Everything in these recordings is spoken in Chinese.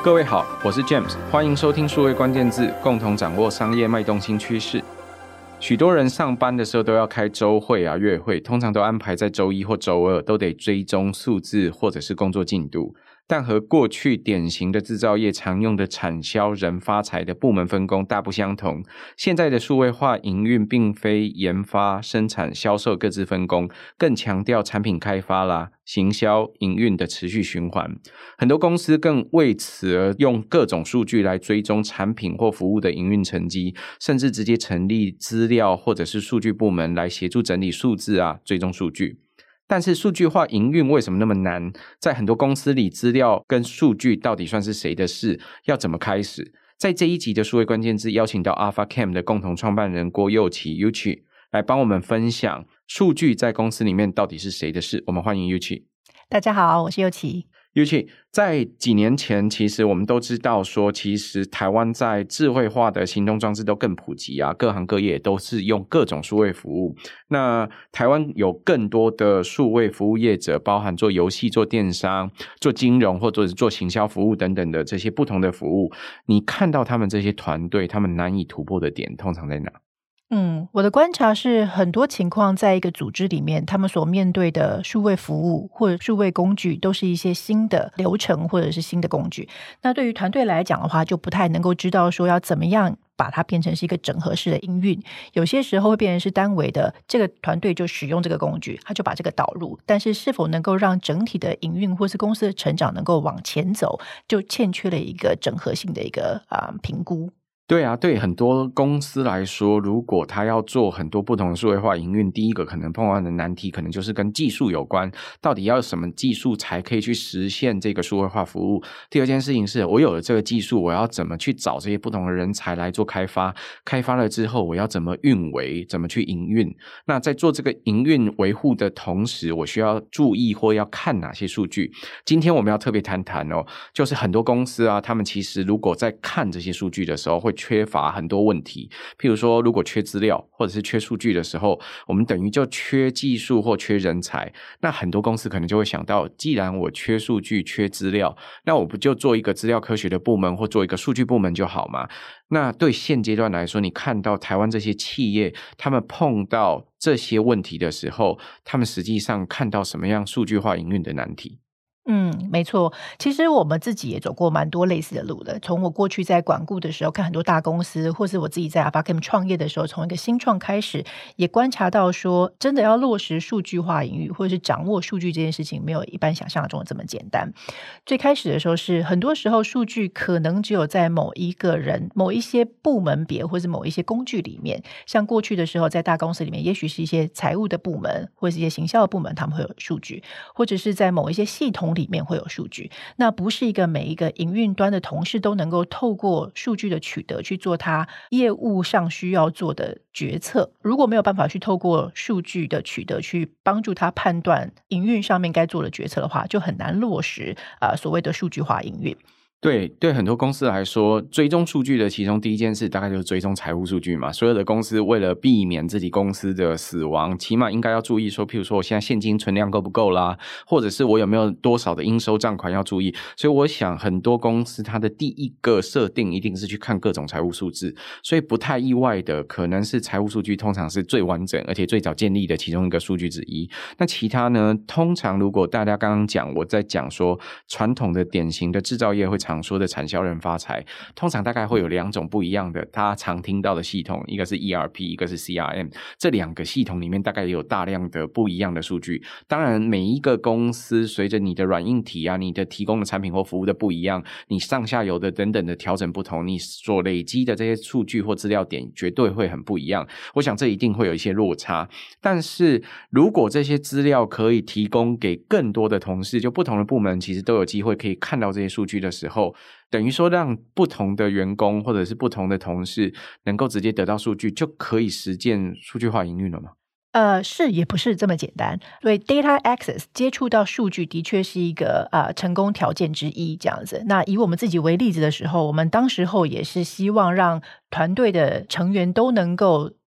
各位好，我是 James， 欢迎收听数位关键字，共同掌握商业脉动新趋势。许多人上班的时候都要开周会啊、月会，通常都安排在周一或周二，都得追踪数字或者是工作进度。但和过去典型的制造业常用的产销人发财的部门分工大不相同。现在的数位化营运并非研发、生产、销售各自分工，更强调产品开发啦、行销、营运的持续循环。很多公司更为此而用各种数据来追踪产品或服务的营运成绩，甚至直接成立资料或者是数据部门来协助整理数字啊、追踪数据。但是数据化营运为什么那么难？在很多公司里，资料跟数据到底算是谁的事？要怎么开始？在这一集的数位关键字，邀请到 AlphaCam 的共同创办人郭佑琪 Yuchi 来帮我们分享数据在公司里面到底是谁的事。我们欢迎 Yuchi。 大家好，我是佑琪。 Yuchi， 在几年前其实我们都知道说，其实台湾在智慧化的行动装置都更普及啊，各行各业都是用各种数位服务。那台湾有更多的数位服务业者，包含做游戏、做电商、做金融或者是做行销服务等等的这些不同的服务，你看到他们这些团队他们难以突破的点通常在哪？ 我的观察是，很多情况在一个组织里面，他们所面对的数位服务或者数位工具都是一些新的流程或者是新的工具。那对于团队来讲的话，就不太能够知道说要怎么样把它变成是一个整合式的营运。有些时候会变成是单维的，这个团队就使用这个工具，他就把这个导入，但是是否能够让整体的营运或是公司的成长能够往前走，就欠缺了一个整合性的一个评估。 对啊，对很多公司来说，如果他要做很多不同的数位化营运，第一个可能碰到的难题可能就是跟技术有关，到底要什么技术才可以去实现这个数位化服务。第二件事情是，我有了这个技术，我要怎么去找这些不同的人才来做开发，开发了之后我要怎么运维，怎么去营运。那在做这个营运维护的同时，我需要注意或要看哪些数据。今天我们要特别谈谈就是很多公司啊，他们其实如果在看这些数据的时候会缺乏很多问题。譬如说，如果缺资料或者是缺数据的时候，我们等于就缺技术或缺人才。那很多公司可能就会想到，既然我缺数据缺资料，那我不就做一个资料科学的部门或做一个数据部门就好吗？那对现阶段来说，你看到台湾这些企业他们碰到这些问题的时候，他们实际上看到什么样数据化营运的难题？ 没错，其实我们自己也走过蛮多类似的路的。从我过去在管顾的时候看很多大公司，或是我自己在 AlphaCam 创业的时候，从一个新创开始，也观察到说真的要落实数据化营运或者是掌握数据这件事情，没有一般想象中的这么简单。最开始的时候是很多时候数据可能只有在某一个人、某一些部门别或是某一些工具里面。像过去的时候在大公司里面，也许是一些财务的部门或是一些行销的部门，他们会有数据，或者是在某一些系统里面会有数据。那不是一个每一个营运端的同事都能够透过数据的取得去做他业务上需要做的决策。如果没有办法去透过数据的取得去帮助他判断营运上面该做的决策的话，就很难落实所谓的数据化营运。 对很多公司来说，追踪数据的其中第一件事大概就是追踪财务数据嘛。所有的公司为了避免自己公司的死亡，起码应该要注意说，譬如说我现在现金存量够不够啦，或者是我有没有多少的应收账款要注意。所以我想很多公司它的第一个设定一定是去看各种财务数字，所以不太意外的可能是财务数据通常是最完整而且最早建立的其中一个数据之一。那其他呢，通常如果大家刚刚讲，我在讲说传统的典型的制造业会常说的产销人发财，通常大概会有两种不一样的大家常听到的系统，一个是 ERP， 一个是 CRM。 这两个系统里面大概也有大量的不一样的数据。当然每一个公司随着你的软硬体啊，你的提供的产品或服务的不一样，你上下游的等等的调整不同，你所累积的这些数据或资料点绝对会很不一样。我想这一定会有一些落差，但是如果这些资料可以提供给更多的同事，就不同的部门其实都有机会可以看到这些数据的时候，等于说让不同的员工或者是不同的同事能够直接得到数据，就可以实践数据化营运了吗？ 是也不是这么简单。所以 data access 接触到数据的确是一个成功条件之一这样子。那以我们自己为例子的时候，我们当时候也是希望让团队的成员都能够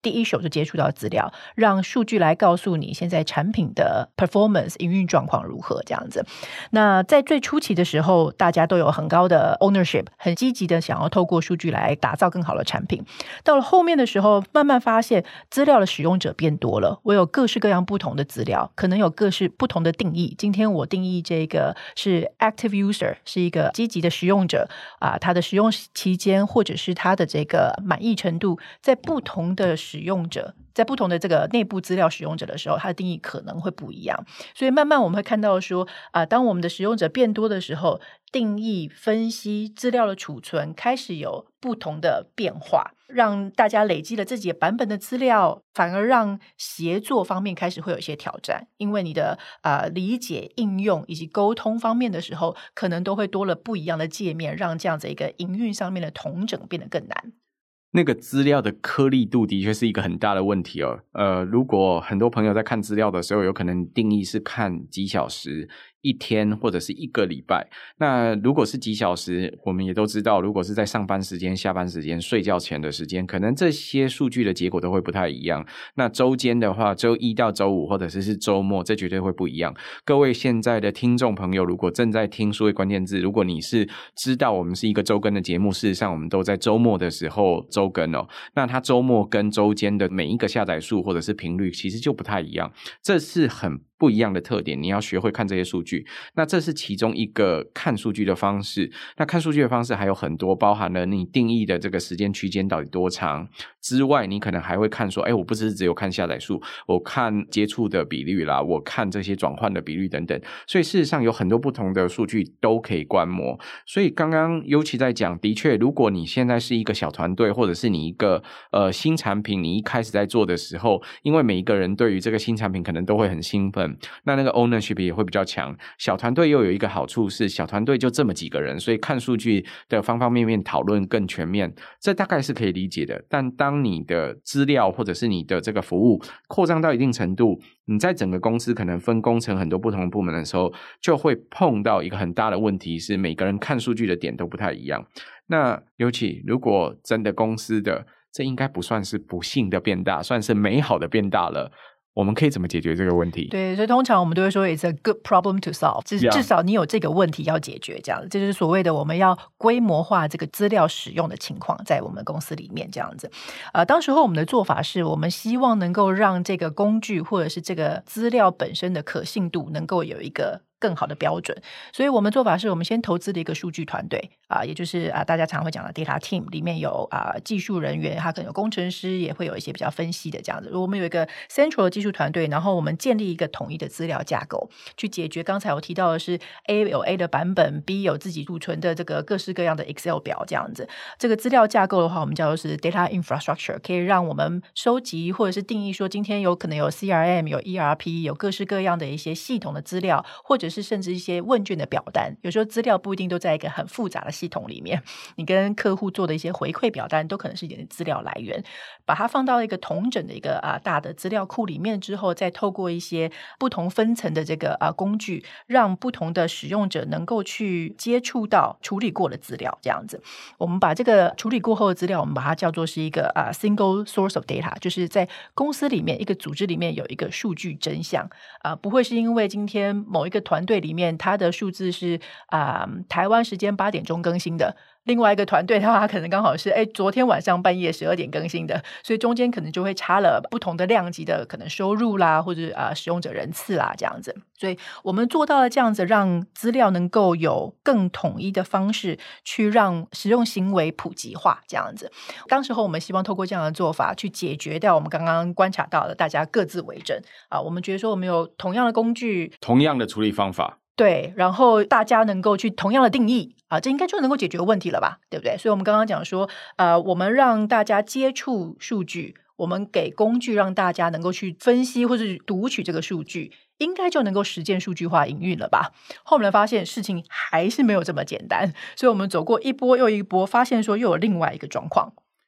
第一手就接触到资料，让数据来告诉你现在产品的 performance 营运状况如何这样子。那在最初期的时候，大家都有很高的 ownership， 很积极的想要透过数据来打造更好的产品。到了后面的时候，慢慢发现资料的使用者变多了，我有各式各样不同的资料，可能有各式不同的定义。今天我定义这个是 active user， 是一个积极的使用者他的使用期间或者是他的这个满意程度，在不同的使用者，在不同的这个内部资料使用者的时候，它的定义可能会不一样。所以慢慢我们会看到说当我们的使用者变多的时候，定义、分析、资料的储存开始有不同的变化，让大家累积了自己的版本的资料，反而让协作方面开始会有一些挑战，因为你的理解、应用以及沟通方面的时候，可能都会多了不一样的界面，让这样子一个营运上面的统整变得更难。 那个资料的颗粒度的确是一个很大的问题哦。如果很多朋友在看资料的时候，有可能定义是看几小时、一天或者是一个礼拜。那如果是几小时，我们也都知道，如果是在上班时间、下班时间、睡觉前的时间，可能这些数据的结果都会不太一样。那周间的话，周一到周五或者是周末，这绝对会不一样。各位现在的听众朋友，如果正在听数位关键字，如果你是知道我们是一个周更的节目，事实上我们都在周末的时候周更哦。那它周末跟周间的每一个下载数或者是频率其实就不太一样，这是很不一样的特点，你要学会看这些数据。那这是其中一个看数据的方式。那看数据的方式还有很多，包含了你定义的这个时间区间到底多长之外，你可能还会看说我不是只有看下载数，我看接触的比率啦，我看这些转换的比率等等。所以事实上有很多不同的数据都可以观摩。所以刚刚尤其在讲，的确如果你现在是一个小团队，或者是你一个新产品，你一开始在做的时候，因为每一个人对于这个新产品可能都会很兴奋，那个 ownership 也会比较强。小团队又有一个好处是，小团队就这么几个人，所以看数据的方方面面讨论更全面，这大概是可以理解的。但当你的资料或者是你的这个服务扩张到一定程度，你在整个公司可能分工成很多不同的部门的时候，就会碰到一个很大的问题，是每个人看数据的点都不太一样。那尤其如果真的公司的，这应该不算是不幸的变大，算是美好的变大了。我们可以怎么解决这个问题？ 对，所以通常我们都会说 it's a good problem to solve， 至少你有这个问题要解决，这样这就是所谓的我们要规模化这个资料使用的情况在我们公司里面这样子。当时候我们的做法是，我们希望能够让这个工具或者是这个资料本身的可信度能够有一个更好的标准，所以我们做法是我们先投资了一个数据团队也就是大家常会讲的 data team， 里面有技术人员，他可能有工程师，也会有一些比较分析的这样子。我们有一个 central 的技术团队，然后我们建立一个统一的资料架构，去解决刚才我提到的是 A 有 A 的版本， B 有自己储存的这个各式各样的 Excel 表这样子。这个资料架构的话，我们叫做是 data infrastructure， 可以让我们收集或者是定义说今天有可能有 CRM 有 ERP 有各式各样的一些系统的资料，或者是甚至一些问卷的表单。有时候资料不一定都在一个很复杂的系统里面，你跟客户做的一些回馈表单都可能是一点资料来源，把它放到一个统整的一个大的资料库里面之后，再透过一些不同分层的这个工具，让不同的使用者能够去接触到处理过的资料这样子。我们把这个处理过后的资料，我们把它叫做是一个single source of data， 就是在公司里面一个组织里面有一个数据真相不会是因为今天某一个团队里面它的数字是台湾时间8点钟更新的，另外一个团队它可能刚好是昨天晚上半夜12点更新的，所以中间可能就会差了不同的量级的可能收入啦，或者使用者人次啦这样子。所以我们做到了这样子，让资料能够有更统一的方式去让使用行为普及化这样子。当时候我们希望透过这样的做法去解决掉我们刚刚观察到的大家各自为政我们觉得说我们有同样的工具， 同样的处理方法， 对，然后大家能够去同样的定义这应该就能够解决问题了吧，对不对？所以我们刚刚讲说我们让大家接触数据，我们给工具让大家能够去分析或是读取这个数据，应该就能够实践数据化营运了吧。后来发现事情还是没有这么简单，所以我们走过一波又一波，发现说又有另外一个状况。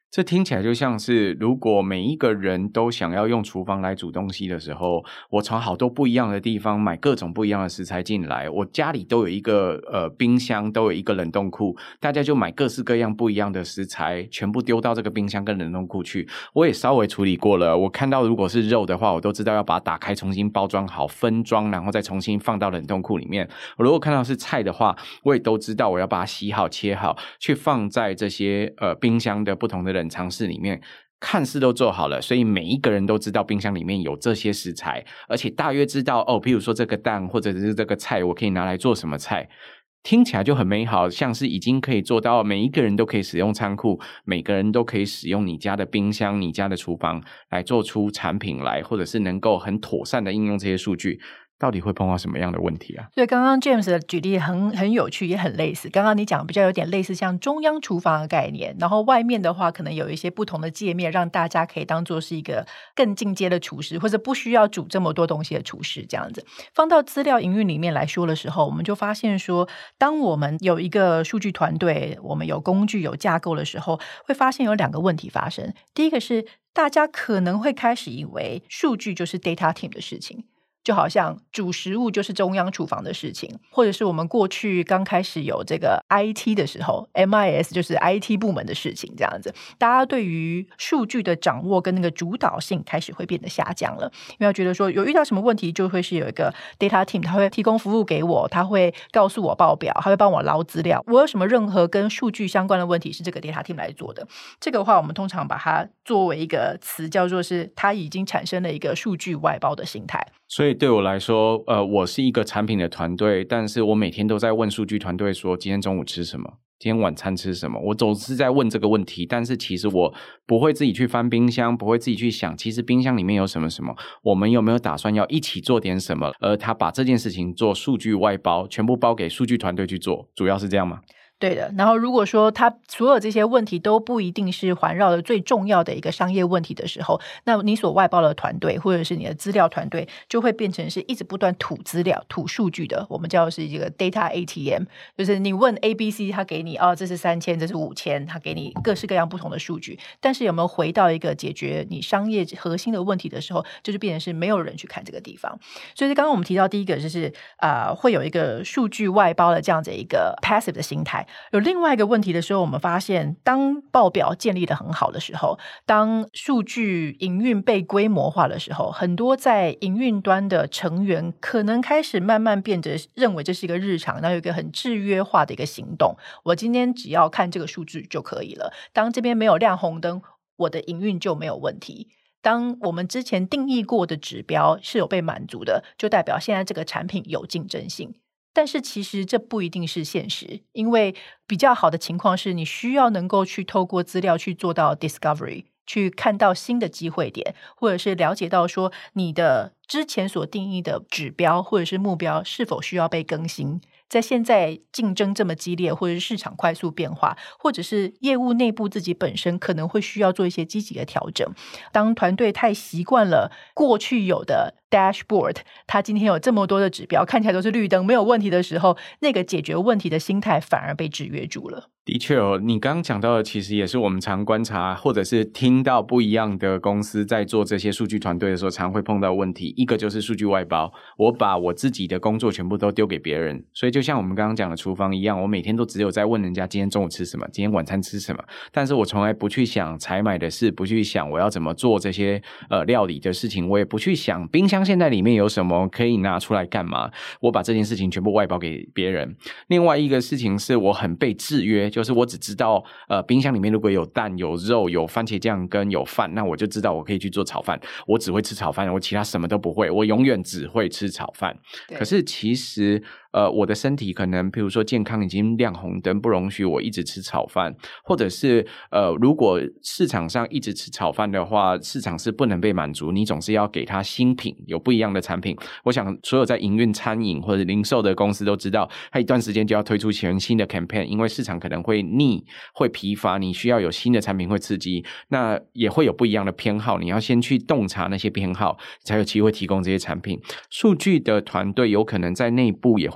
这听起来就像是如果每一个人都想要用厨房来煮东西的时候，我从好多不一样的地方买各种不一样的食材进来，我家里都有一个冰箱，都有一个冷冻库，大家就买各式各样不一样的食材全部丢到这个冰箱跟冷冻库去。我也稍微处理过了，我看到如果是肉的话，我都知道要把它打开重新包装好分装，然后再重新放到冷冻库里面。如果看到是菜的话，我也都知道我要把它洗好切好，去放在这些冰箱的不同的冷藏室里面，看似都做好了，所以每一个人都知道冰箱里面有这些食材，而且大约知道譬如说这个蛋或者是这个菜我可以拿来做什么菜。听起来就很美好，像是已经可以做到每一个人都可以使用仓库，每个人都可以使用你家的冰箱你家的厨房来做出产品来，或者是能够很妥善的应用这些数据。到底会碰到什么样的问题啊？ 所以刚刚 James 的举例很有趣，也很类似。刚刚你讲比较有点类似像中央厨房的概念，然后外面的话可能有一些不同的界面，让大家可以当做是一个更进阶的厨师，或者不需要煮这么多东西的厨师这样子。放到资料营运里面来说的时候，我们就发现说，当我们有一个数据团队，我们有工具有架构的时候，会发现有两个问题发生。第一个是大家可能会开始以为数据就是 data team 的事情，就好像煮食物就是中央厨房的事情，或者是我们过去刚开始有这个 IT 的时候 MIS 就是 IT 部门的事情这样子，大家对于数据的掌握跟那个主导性开始会变得下降了，因为要觉得说有遇到什么问题就会是有一个 data team， 他会提供服务给我，他会告诉我报表，他会帮我捞资料，我有什么任何跟数据相关的问题是这个 data team 来做的。这个话我们通常把它作为一个词叫做是它已经产生了一个数据外包的心态。 所以对我来说我是一个产品的团队，但是我每天都在问数据团队说今天中午吃什么，今天晚餐吃什么，我总是在问这个问题，但是其实我不会自己去翻冰箱，不会自己去想其实冰箱里面有什么什么，我们有没有打算要一起做点什么，而他把这件事情做数据外包，全部包给数据团队去做，主要是这样吗？ 对的，然后如果说他所有这些问题都不一定是环绕的最重要的一个商业问题的时候，那你所外包的团队或者是你的资料团队就会变成是一直不断吐资料吐数据的，我们叫的是这个 data ATM， 就是你问 ABC 他给你这是3000这是5000，他给你各式各样不同的数据，但是有没有回到一个解决你商业核心的问题的时候，就是变成是没有人去看这个地方。所以刚刚我们提到第一个就是会有一个数据外包的这样子一个 passive 的心态。有另外一个问题的时候，我们发现当报表建立得很好的时候，当数据营运被规模化的时候，很多在营运端的成员可能开始慢慢变得认为这是一个日常，然后有一个很制约化的一个行动，我今天只要看这个数据就可以了，当这边没有亮红灯，我的营运就没有问题。当我们之前定义过的指标是有被满足的，就代表现在这个产品有竞争性。但是其实这不一定是现实，因为比较好的情况是你需要能够去透过资料去做到 discovery， 去看到新的机会点，或者是了解到说你的之前所定义的指标或者是目标是否需要被更新。在现在竞争这么激烈，或者是市场快速变化，或者是业务内部自己本身可能会需要做一些积极的调整。当团队太习惯了过去有的 dashboard， 它今天有这么多的指标看起来都是绿灯没有问题的时候，那个解决问题的心态反而被制约住了。 的确你刚刚讲到的其实也是我们常观察或者是听到不一样的公司在做这些数据团队的时候常会碰到问题。一个就是数据外包，我把我自己的工作全部都丢给别人，所以就像我们刚刚讲的厨房一样，我每天都只有在问人家今天中午吃什么，今天晚餐吃什么，但是我从来不去想采买的事，不去想我要怎么做这些料理的事情，我也不去想冰箱现在里面有什么可以拿出来干嘛，我把这件事情全部外包给别人。另外一个事情是我很被制约，就是我只知道冰箱里面如果有蛋有肉有番茄酱跟有饭，那我就知道我可以去做炒饭，我只会吃炒饭，我其他什么都不会，我永远只会吃炒饭。可是其实我的身体可能比如说健康已经亮红灯，不容许我一直吃炒饭，或者是如果市场上一直吃炒饭的话，市场是不能被满足，你总是要给它新品，有不一样的产品。我想所有在营运餐饮或者零售的公司都知道，它一段时间就要推出全新的 campaign， 因为市场可能会腻会疲乏，你需要有新的产品会刺激，那也会有不一样的偏好，你要先去洞察那些偏好，才有机会提供这些产品。数据的团队有可能在内部也会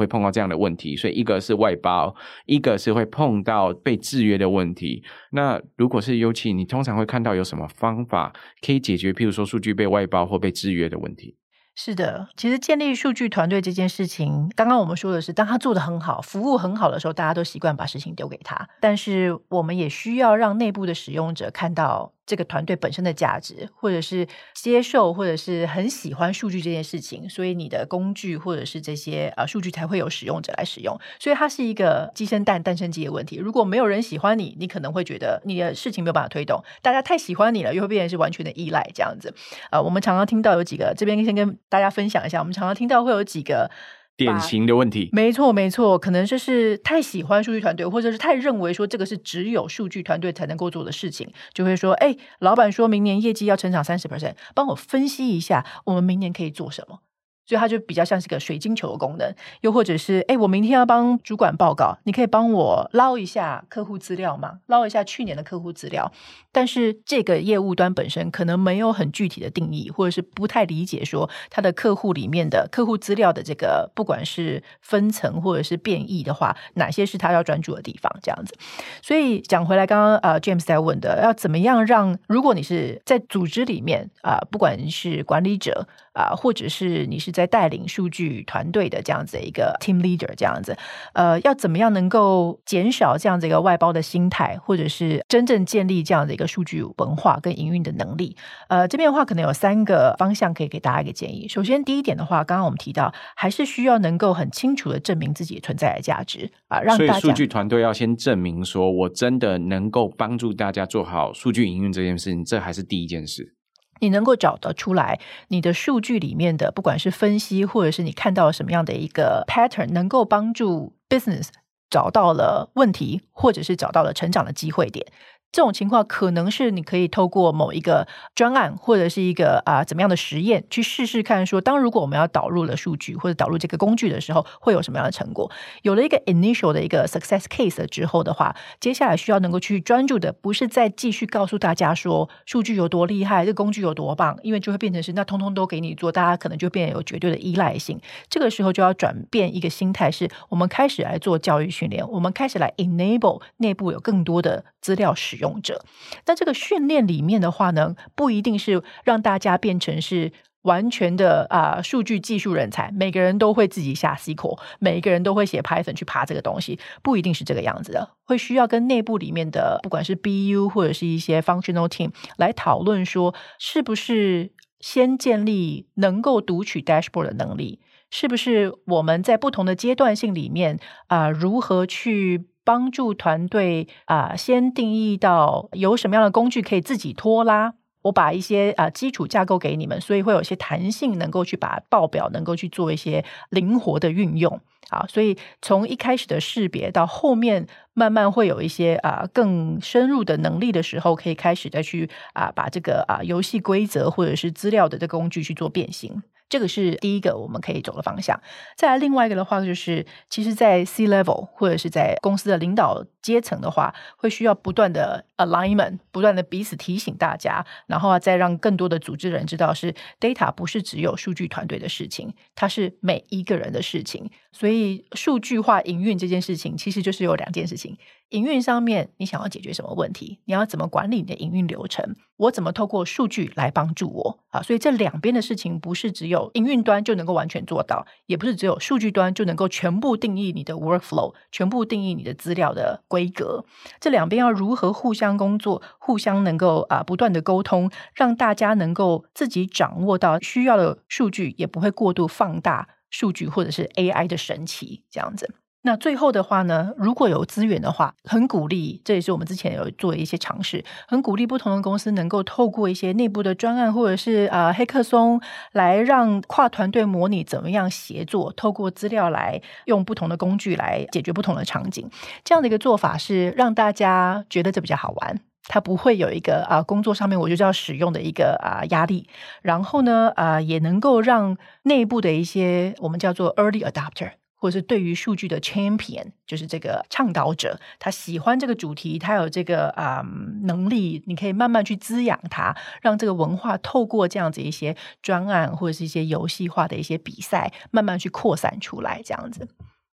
碰到这样的问题，所以一个是外包，一个是会碰到被制约的问题。那如果是优企，你通常会看到有什么方法可以解决譬如说数据被外包或被制约的问题？ 是的，其实建立数据团队这件事情，刚刚我们说的是，当他做得很好，服务很好的时候，大家都习惯把事情丢给他。但是我们也需要让内部的使用者看到这个团队本身的价值，或者是接受，或者是很喜欢数据这件事情，所以你的工具或者是这些数据才会有使用者来使用。所以它是一个鸡生蛋，蛋生鸡的问题。如果没有人喜欢你，你可能会觉得你的事情没有办法推动；大家太喜欢你了，又会变成是完全的依赖这样子。我们常常听到有几个，这边先跟大家分享一下，我们常常听到会有几个典型的问题。 没错没错，可能就是太喜欢数据团队，或者是太认为说这个是只有数据团队才能够做的事情，就会说老板说明年业绩要成长 30%， 帮我分析一下我们明年可以做什么。所以它就比较像是个水晶球的功能。又或者是我明天要帮主管报告，你可以帮我捞一下客户资料吗？捞一下去年的客户资料。但是这个业务端本身可能没有很具体的定义，或者是不太理解说它的客户里面的客户资料的这个不管是分层或者是变异的话，哪些是他要专注的地方这样子。所以讲回来刚刚James 在问的，要怎么样让，如果你是在组织里面不管是管理者或者是你是在带领数据团队的这样子的一个 team leader 这样子，要怎么样能够减少这样子一个外包的心态，或者是真正建立这样的一个数据文化跟营运的能力。这边的话可能有3个方向可以给大家一个建议。首先第一点的话，刚刚我们提到还是需要能够很清楚的证明自己存在的价值让大家， 所以数据团队要先证明说我真的能够帮助大家做好数据营运这件事情，这还是第一件事。 你能够找得出来你的数据里面的不管是分析或者是你看到什么样的一个 pattern 能够帮助 business 找到了问题，或者是找到了成长的机会点。这种情况可能是你可以透过某一个专案或者是一个怎么样的实验去试试看说，当如果我们要导入了数据或者导入这个工具的时候会有什么样的成果。有了一个 initial 的一个 success case 之后的话，接下来需要能够去专注的不是再继续告诉大家说数据有多厉害，这个工具有多棒，因为就会变成是那通通都给你做，大家可能就变得有绝对的依赖性。这个时候就要转变一个心态，是我们开始来做教育训练，我们开始来 enable 内部有更多的资料使用者。那这个训练里面的话呢，不一定是让大家变成是完全的数据技术人才，每个人都会自己下 SQL， 每个人都会写 Python 去爬这个东西，不一定是这个样子的。会需要跟内部里面的不管是 BU 或者是一些 functional team 来讨论说，是不是先建立能够读取 dashboard 的能力，是不是我们在不同的阶段性里面如何去帮助团队先定义到有什么样的工具可以自己拖拉，我把一些基础架构给你们，所以会有一些弹性能够去把报表能够去做一些灵活的运用。所以从一开始的识别到后面慢慢会有一些更深入的能力的时候，可以开始再去把这个游戏规则或者是资料的这个工具去做变形。这个是第一个我们可以走的方向。再来另外一个的话，就是其实在 C level 或者是在公司的领导阶层的话，会需要不断的 alignment， 不断的彼此提醒大家，然后再让更多的组织人知道是 data 不是只有数据团队的事情，它是每一个人的事情。所以数据化营运这件事情其实就是有2件事情。营运上面你想要解决什么问题，你要怎么管理你的营运流程，我怎么透过数据来帮助我所以这2边的事情不是只有营运端就能够完全做到，也不是只有数据端就能够全部定义你的 workflow， 全部定义你的资料的规格。这2边要如何互相工作，互相能够不断的沟通，让大家能够自己掌握到需要的数据，也不会过度放大数据或者是 AI 的神奇这样子。那最后的话呢，如果有资源的话，很鼓励，这也是我们之前有做一些尝试，很鼓励不同的公司能够透过一些内部的专案或者是黑客松，来让跨团队模拟怎么样协作，透过资料来用不同的工具来解决不同的场景。这样的一个做法是让大家觉得这比较好玩，它不会有一个工作上面我就要使用的一个压力。然后呢也能够让内部的一些我们叫做 early adopter，或者是对于数据的 champion， 就是这个倡导者，他喜欢这个主题，他有这个能力，你可以慢慢去滋养他，让这个文化透过这样子一些专案或者是一些游戏化的一些比赛慢慢去扩散出来这样子。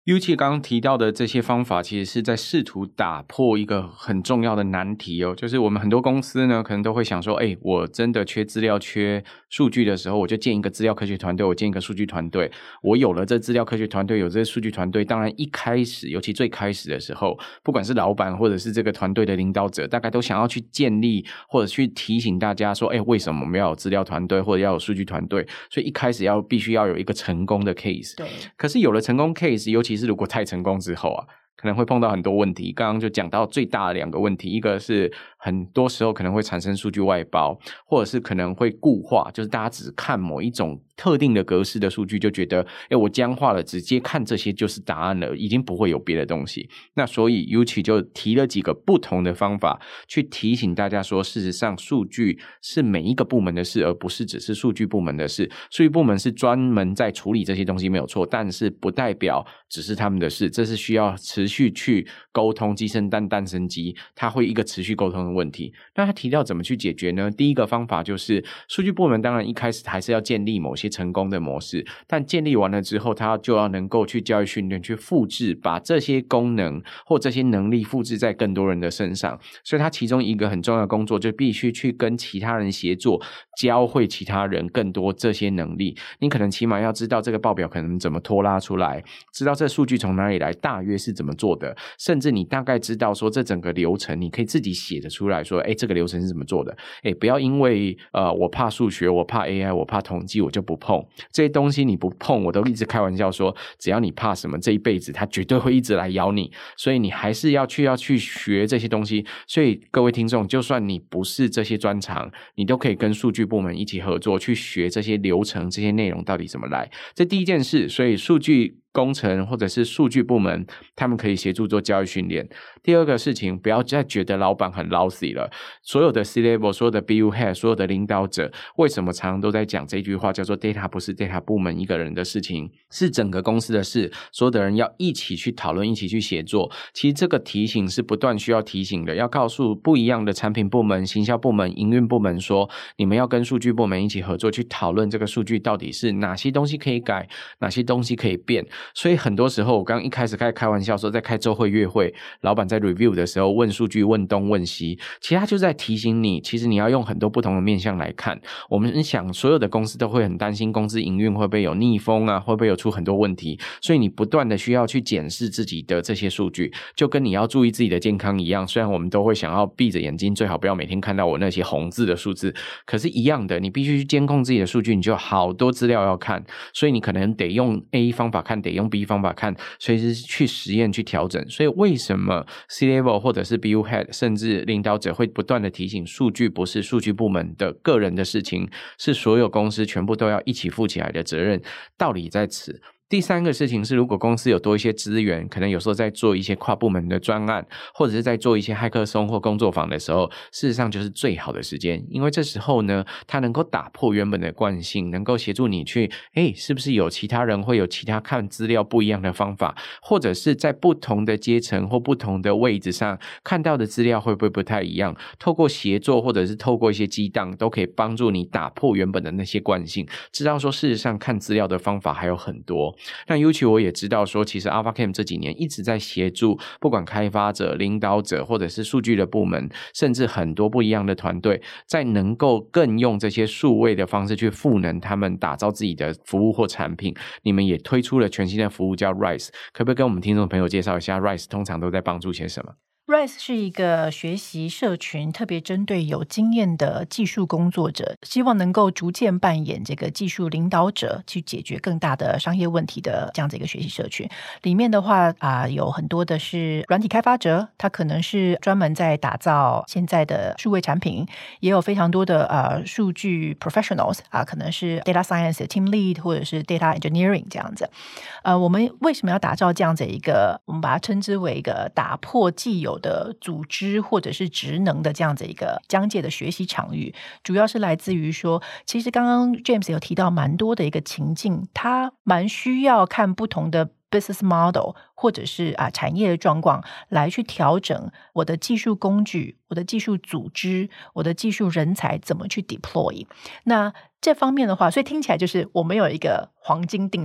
Yuqi 刚刚提到的这些方法其实是在试图打破一个很重要的难题哦，就是我们很多公司呢可能都会想说我真的缺资料缺数据的时候，我就建一个资料科学团队，我建一个数据团队，我有了这资料科学团队，有这数据团队，当然一开始尤其最开始的时候，不管是老板或者是这个团队的领导者，大概都想要去建立或者去提醒大家说为什么我们要有资料团队或者要有数据团队，所以一开始必须要有一个成功的 case。 对， 可是有了成功 case， 尤其是如果太成功之后啊，可能会碰到很多问题。刚刚就讲到最大的2个问题，一个是很多时候可能会产生数据外包，或者是可能会固化，就是大家只看某一种特定的格式的数据，就觉得我僵化了，直接看这些就是答案了，已经不会有别的东西。那所以 Yuqi 就提了几个不同的方法去提醒大家说，事实上数据是每一个部门的事，而不是只是数据部门的事。数据部门是专门在处理这些东西没有错，但是不代表只是他们的事，这是需要持续去沟通，鸡生蛋蛋生鸡，它会一个持续沟通的问题。那他提到怎么去解决呢？第一个方法就是数据部门当然一开始还是要建立某些成功的模式，但建立完了之后，他就要能够去教育训练，去复制，把这些功能或这些能力复制在更多人的身上。所以他其中一个很重要的工作就必须去跟其他人协作，教会其他人更多这些能力。你可能起码要知道这个报表可能怎么拖拉出来，知道这数据从哪里来，大约是怎么做的，甚至你大概知道说这整个流程你可以自己写得出来，说这个流程是怎么做的。不要因为我怕数学，我怕 AI， 我怕统计，我就不碰这些东西。你不碰，我都一直开玩笑说，只要你怕什么，这一辈子它绝对会一直来咬你，所以你还是要去学这些东西。所以各位听众，就算你不是这些专长，你都可以跟数据部门一起合作，去学这些流程，这些内容到底怎么来。这第一件事，所以数据工程或者是数据部门他们可以协助做教育训练。第二个事情，不要再觉得老板很 lousy 了。所有的 C-level， 所有的 BU head， 所有的领导者，为什么常常都在讲这句话，叫做 data 不是 data 部门一个人的事情，是整个公司的事，所有的人要一起去讨论，一起去协作。其实这个提醒是不断需要提醒的，要告诉不一样的产品部门、行销部门、营运部门说，你们要跟数据部门一起合作，去讨论这个数据到底是哪些东西可以改，哪些东西可以变。所以很多时候我刚一开始开玩笑说，在开周会月会，老板在 review 的时候问数据，问东问西，其实他就在提醒你，其实你要用很多不同的面向来看。我们想所有的公司都会很担心公司营运会不会有逆风啊，会不会有出很多问题，所以你不断的需要去检视自己的这些数据，就跟你要注意自己的健康一样。虽然我们都会想要闭着眼睛，最好不要每天看到我那些红字的数字，可是一样的，你必须去监控自己的数据，你就有好多资料要看，所以你可能得用 A 方法看，得用 B 方法看，随时去实验去调整。所以为什么 C-level 或者是 BU head 甚至领导者会不断的提醒，数据不是数据部门的个人的事情，是所有公司全部都要一起负起来的责任，道理在此。第三个事情是，如果公司有多一些资源，可能有时候在做一些跨部门的专案，或者是在做一些骇客松或工作坊的时候，事实上就是最好的时间。因为这时候呢，它能够打破原本的惯性，能够协助你去是不是有其他人会有其他看资料不一样的方法，或者是在不同的阶层或不同的位置上看到的资料会不会不太一样，透过协作或者是透过一些激荡，都可以帮助你打破原本的那些惯性，知道说事实上看资料的方法还有很多。那尤其我也知道说，其实 AlphaCam 这几年一直在协助不管开发者、领导者或者是数据的部门，甚至很多不一样的团队，在能够更用这些数位的方式去赋能他们打造自己的服务或产品。你们也推出了全新的服务叫 Rise， 可不可以跟我们听众朋友介绍一下 Rise 通常都在帮助些什么 ？Rise 是一个学习社群，特别针对有经验的技术工作者，希望能够逐渐扮演这个技术领导者，去解决更大的商业问题的这样子一个学习社群。里面的话有很多的是软体开发者，他可能是专门在打造现在的数位产品，也有非常多的数据 professionals 可能是 data science team lead 或者是 data engineering 这样子。我们为什么要打造这样子一个，我们把它称之为一个打破既有的组织或者是职能的这样子一个疆界的学习场域，主要是来自于说，其实刚刚 James 有提到蛮多的一个情境，它蛮需要看不同的 business model 或者是产业的状况来去调整我的技术工具、我的技术组织、我的技术人才怎么去 deploy。 那这方面的话，所以听起来就是我们有一个黄金定律，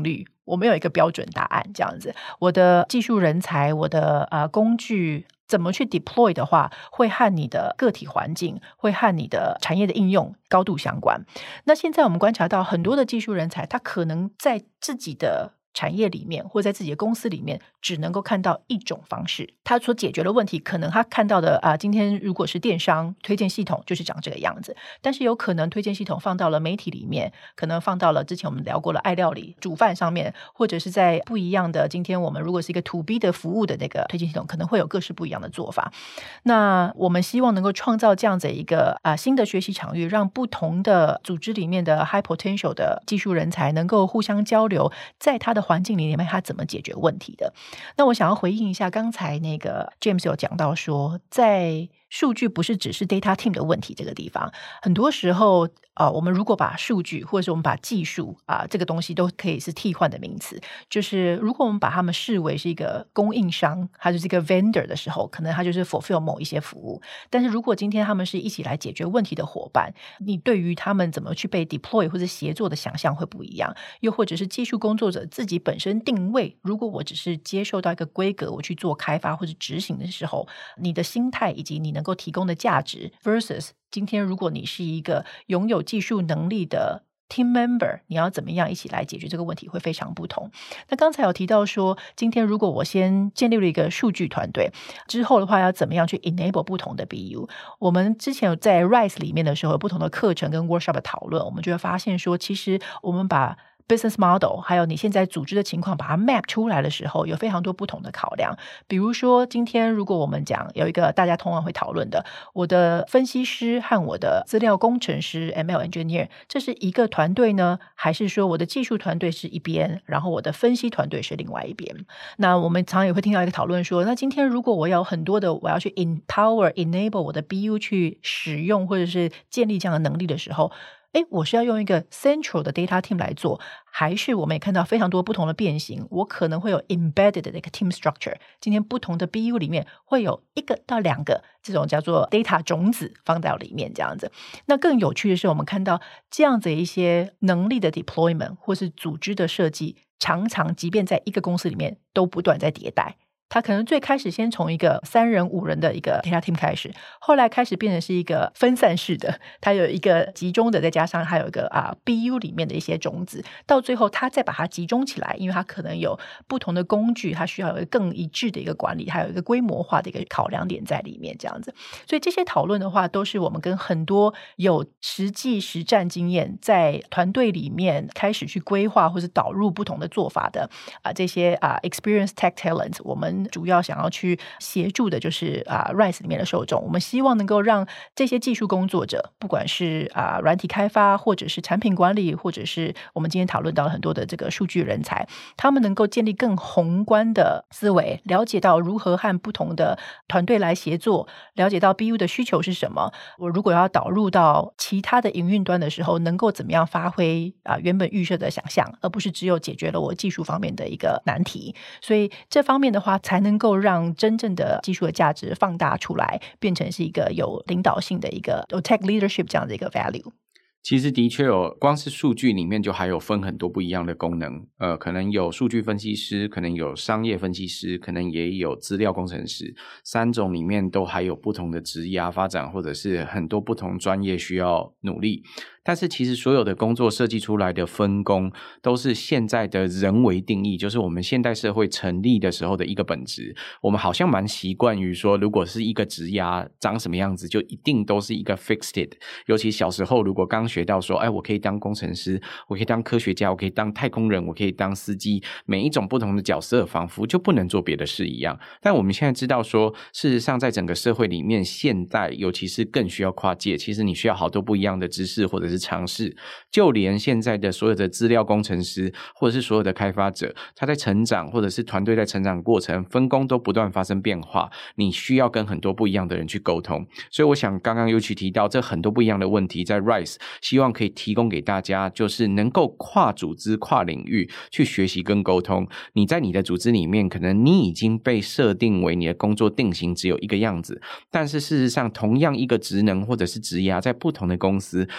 我没有一个标准答案这样子。我的技术人才，我的工具怎么去 deploy 的话，会和你的个体环境，会和你的产业的应用高度相关。那现在我们观察到很多的技术人才，他可能在自己的产业里面或在自己的公司里面只能够看到一种方式，他所解决的问题可能他看到的今天如果是电商推荐系统就是长这个样子，但是有可能推荐系统放到了媒体里面，可能放到了之前我们聊过了爱料理煮饭上面，或者是在不一样的今天我们如果是一个 to B 的服务的那个推荐系统，可能会有各式不一样的做法。那我们希望能够创造这样子一个新的学习场域，让不同的组织里面的 high potential 的技术人才能够互相交流，在他的环境里面他怎么解决问题的。那我想要回应一下刚才那个 James 有讲到说，在数据不是只是 data team 的问题这个地方，很多时候我们如果把数据或者是我们把技术这个东西都可以是替换的名词，就是如果我们把他们视为是一个供应商，他就是一个 vendor 的时候，可能他就是 fulfill 某一些服务。但是如果今天他们是一起来解决问题的伙伴，你对于他们怎么去被 deploy 或者协作的想象会不一样。又或者是技术工作者自己本身定位，如果我只是接受到一个规格我去做开发或者执行的时候，你的心态以及你能够提供的价值 versus 今天如果你是一个拥有技术能力的 team member， 你要怎么样一起来解决这个问题会非常不同。那刚才有提到说，今天如果我先建立了一个数据团队之后的话，要怎么样去 enable 不同的 BU。 我们之前有在 RISE 里面的时候有不同的课程跟 workshop 的讨论，我们就会发现说，其实我们把business model 还有你现在组织的情况把它 map 出来的时候，有非常多不同的考量。比如说今天如果我们讲有一个大家通常会讨论的，我的分析师和我的资料工程师 ML engineer 这是一个团队呢，还是说我的技术团队是一边，然后我的分析团队是另外一边。那我们常常也会听到一个讨论说，那今天如果我有很多的我要去 empower enable 我的 BU 去使用或者是建立这样的能力的时候，我是要用一个 central 的 data team 来做，还是我们也看到非常多不同的变形，我可能会有 embedded 的一个 team structure， 今天不同的 BU 里面会有1个到2个这种叫做 data 种子放到里面这样子。那更有趣的是，我们看到这样子一些能力的 deployment 或是组织的设计，常常即便在一个公司里面都不断在迭代。他可能最开始先从一个3人5人的一个 data team 开始，后来开始变成是一个分散式的，他有一个集中的，再加上还有一个BU 里面的一些种子，到最后他再把它集中起来，因为他可能有不同的工具，他需要有一个更一致的一个管理，还有一个规模化的一个考量点在里面这样子。所以这些讨论的话，都是我们跟很多有实际实战经验在团队里面开始去规划或是导入不同的做法的这些experienced tech talent， 我们主要想要去协助的就是RISE 里面的受众。我们希望能够让这些技术工作者，不管是软体开发，或者是产品管理，或者是我们今天讨论到很多的这个数据人才，他们能够建立更宏观的思维，了解到如何和不同的团队来协作，了解到 BU 的需求是什么，我如果要导入到其他的营运端的时候，能够怎么样发挥原本预设的想象，而不是只有解决了我技术方面的一个难题。所以这方面的话，才能够让真正的技术的价值放大出来，变成是一个有领导性的一个有 tech leadership 这样的一个 value。 其实的确有，光是数据里面就还有分很多不一样的功能，可能有数据分析师，可能有商业分析师，可能也有资料工程师，3种里面都还有不同的职业发展，或者是很多不同专业需要努力。但是其实所有的工作设计出来的分工都是现在的人为定义，就是我们现代社会成立的时候的一个本质。我们好像蛮习惯于说，如果是一个职涯长什么样子就一定都是一个 fixed， 尤其小时候如果刚学到说我可以当工程师，我可以当科学家，我可以当太空人，我可以当司机，每一种不同的角色仿佛就不能做别的事一样。但我们现在知道说，事实上在整个社会里面，现代尤其是更需要跨界，其实你需要好多不一样的知识或者是尝试，就连现在的所有的资料工程师或者是所有的开发者，他在成长或者是团队在成长过程，分工都不断发生变化，你需要跟很多不一样的人去沟通。所以我想刚刚尤其提到这很多不一样的问题，在 RISE 希望可以提供给大家，就是能够跨组织跨领域去学习跟沟通。你在你的组织里面，可能你已经被设定为你的工作定型只有一个样子，但是事实上同样一个职能或者是职涯，在不同的公司它可能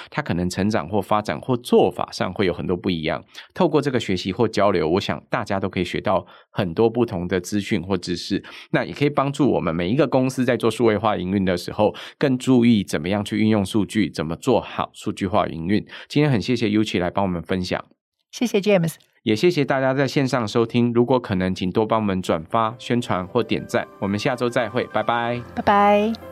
能成长或发展或做法上会有很多不一样。透过这个学习或交流，我想大家都可以学到很多不同的资讯或知识，那也可以帮助我们每一个公司在做数位化营运的时候更注意怎么样去运用数据，怎么做好数据化营运。今天很谢谢 Yuqi 来帮我们分享， 谢谢 James， 也谢谢大家在线上收听，如果可能请多帮我们转发宣传或点赞，我们下周再会，拜拜， 拜拜。